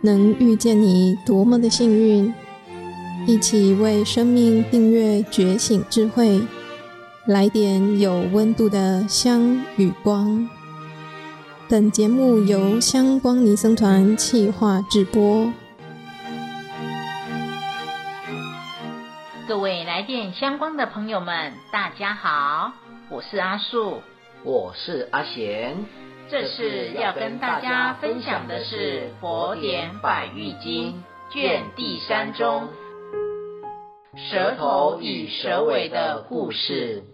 能遇见你多么的幸运！一起为生命订阅觉醒智慧，来点有温度的香与光。本节目由香光尼僧团企划制播。 各位来电香光的朋友们，大家好，我是阿树， 我是阿贤。 这次要跟大家分享的是《佛典百喻经》卷第3中舌头与蛇尾的故事。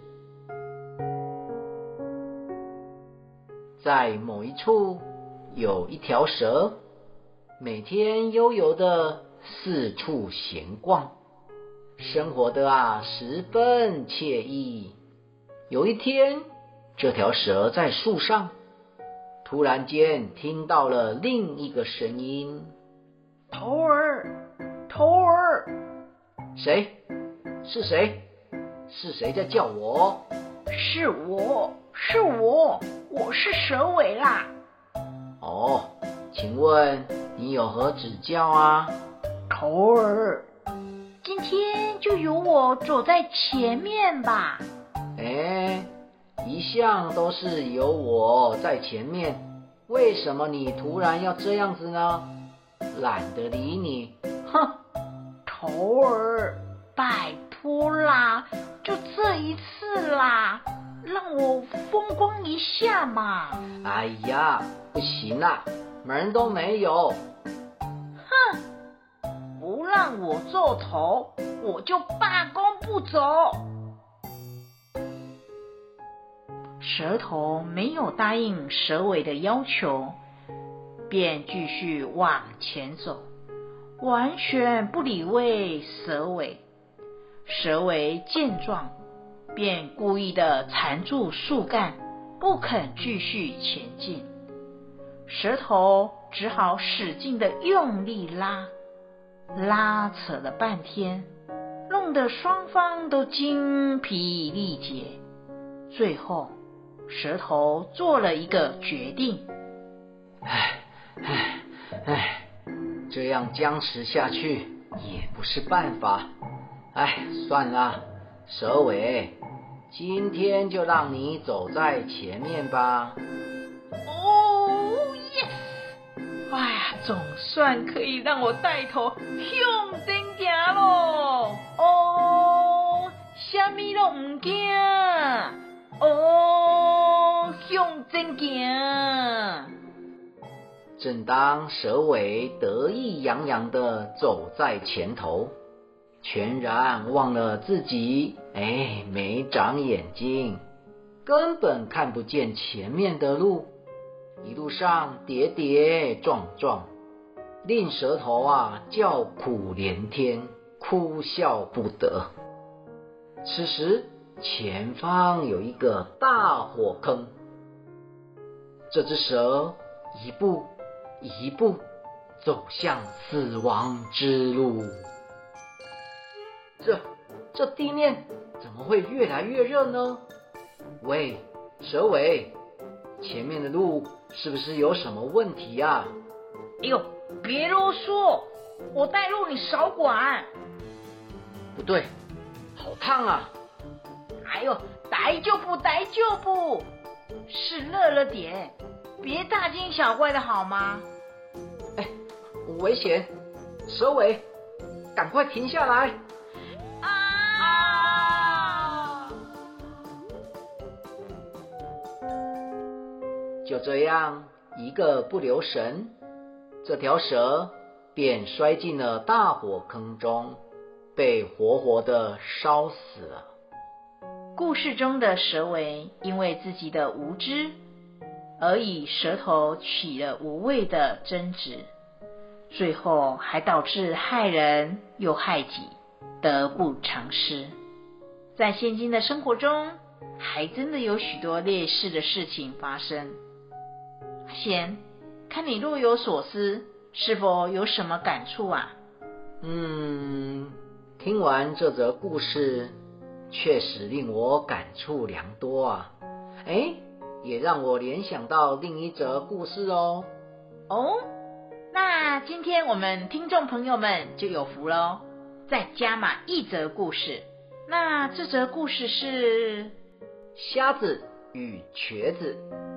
在某一处有一条蛇，每天悠游的四处闲逛，生活的十分惬意。有一天，这条蛇在树上，突然间听到了另一个声音： 头儿，头儿！ 谁？是谁？是谁在叫我？ 是我，我是蛇尾啦。 哦，请问你有何指教啊？ 头儿，今天就由我走在前面吧。 一向都是由我在前面，为什么你突然要这样子呢？懒得理你，哼！ 头儿，拜托啦，就这一次啦，让我风光一下嘛。 哎呀，不行啦，门都没有。 哼，不让我做头，我就罢工不走。蛇头没有答应蛇尾的要求，便继续往前走，完全不理会蛇尾。蛇尾见状，便故意的缠住树干，不肯继续前进。蛇头只好使劲的用力拉扯了半天，弄得双方都精疲力竭。最后蛇头做了一个决定。 这样僵持下去也不是办法。算了，蛇尾，今天就让你走在前面吧。 哦，yes！ 总算可以让我带头向前行咯。什么都不惊。向前行。 正当蛇尾得意洋洋地走在前头，全然忘了自己没长眼睛，根本看不见前面的路，一路上跌跌撞撞，令蛇头叫苦连天，哭笑不得。此时前方有一个大火坑，这只蛇一步一步走向死亡之路。这地面怎么会越来越热呢？喂，蛇尾，前面的路是不是有什么问题啊？ 哎呦，别啰嗦，我带路你少管。 不对，好烫啊！ 哎呦，大丈夫，是热了点，别大惊小怪的好吗？ 危险！蛇尾，赶快停下来！就这样，一个不留神，这条蛇便摔进了大火坑中，被活活的烧死了。 故事中的蛇尾因为自己的无知，而与蛇头起了无谓的争执，最后还导致害人又害己，得不偿失。在现今的生活中，还真的有许多类似的事情发生。阿贤，看你若有所思，是否有什么感触啊？ 听完这则故事，确实令我感触良多啊。也让我联想到另一则故事哦。 那今天我们听众朋友们就有福咯，再加码一则故事。那这则故事是瞎子与瘸子。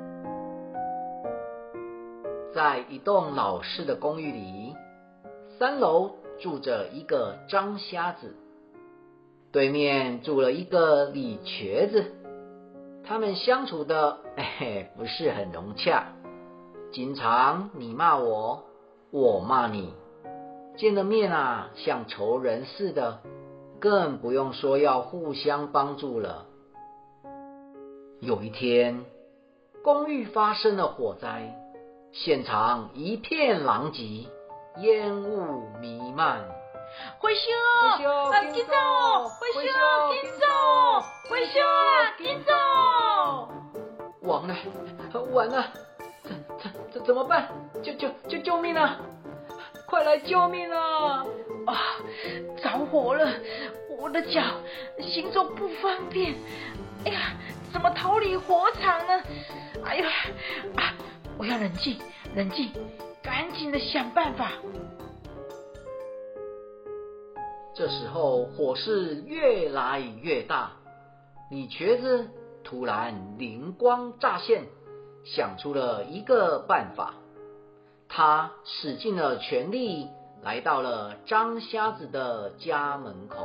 在一栋老式的公寓里，3楼住着一个张瞎子，对面住了一个李瘸子。他们相处的不是很融洽，经常你骂我，我骂你，见了面像仇人似的，更不用说要互相帮助了。有一天，公寓发生了火灾，现场一片狼藉，烟雾弥漫。 回收，紧走，回收，紧走，回收，紧走。 完了，怎么办？救命啊！快来救命啊！ 着火了，我的脚行走不方便。哎呀，怎么逃离火场呢？哎呀，我要冷静，赶紧的想办法。 这时候火势越来越大，李瘸子突然灵光乍现，想出了一个办法。他使尽了全力，来到了张瞎子的家门口。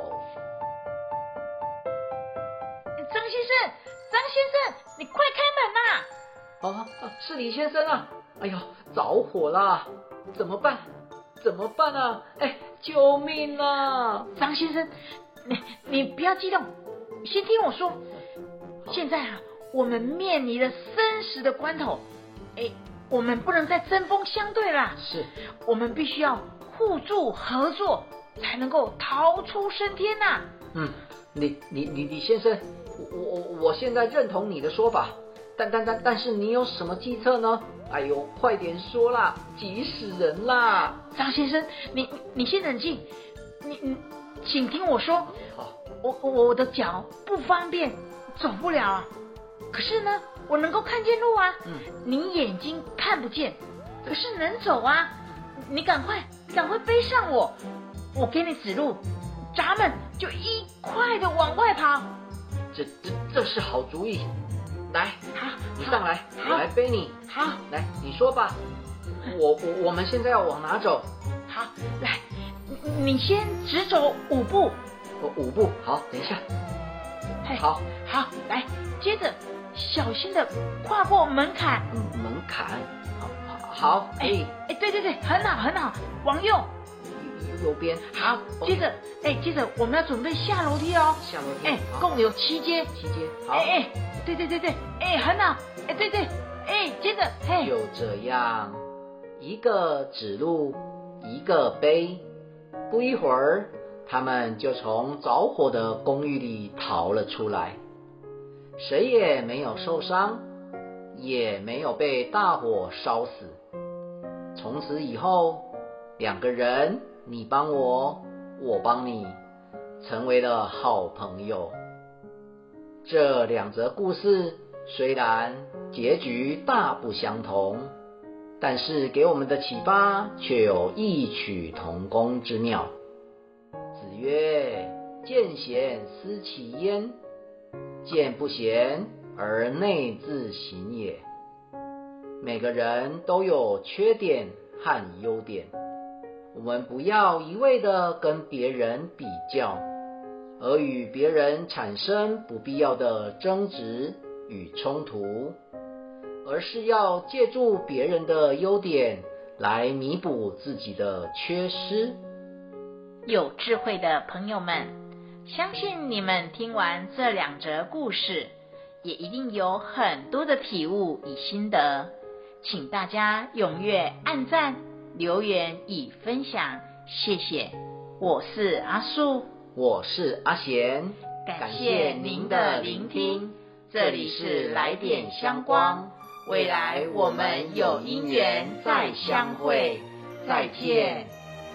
张先生，你快开门啊！是李先生啊！哎呦，着火啦！怎么办啊？救命啊！ 张先生，你不要激动，先听我说。现在我们面临了生死的关头，我们不能再针锋相对啦。 是， 我们必须要互助合作，才能够逃出升天呐。 李先生，我现在认同你的说法，但是你有什么计策呢？哎呦，快点说啦，急死人啦！ 张先生，你先冷静，你请听我说。 好， 我的脚不方便，走不了啊。可是呢，我能够看见路啊。你眼睛看不见，可是能走啊。你赶快背上我，我给你指路，咱们就一块的往外跑。 这是好主意。来， 好， 你上来，我来背你。 好， 来，你说吧。我们现在要往哪走？ 好，来，你先直走5步。 5步，好，等一下。好， 来，接着小心的跨过门槛。 门槛，好，可以。 对，很好，往右边。 好，接着我们要准备下楼梯哦。 下楼梯， 共有7阶。 好。 对，很好。对，接着， 就这样，一个指路，一个背，不一会儿，他们就从着火的公寓里逃了出来，谁也没有受伤，也没有被大火烧死。从此以后，2个人，你帮我，我帮你，成为了好朋友。这2则故事虽然结局大不相同，但是给我们的启发却有异曲同工之妙。子曰：见贤思齐焉，见不贤而内自省也。每个人都有缺点和优点，我们不要一味的跟别人比较，而与别人产生不必要的争执与冲突，而是要借助别人的优点来弥补自己的缺失。 有智慧的朋友们，相信你们听完这2则故事，也一定有很多的体悟与心得，请大家踊跃按赞、留言与分享，谢谢。我是阿树， 我是阿贤， 感谢您的聆听。这里是来点香光，未来我们有因缘再相会，再见。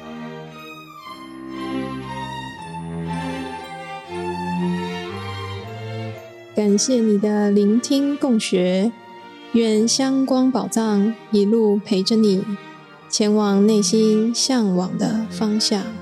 感谢你的聆听共学，愿香光宝藏一路陪着你， 前往内心向往的方向。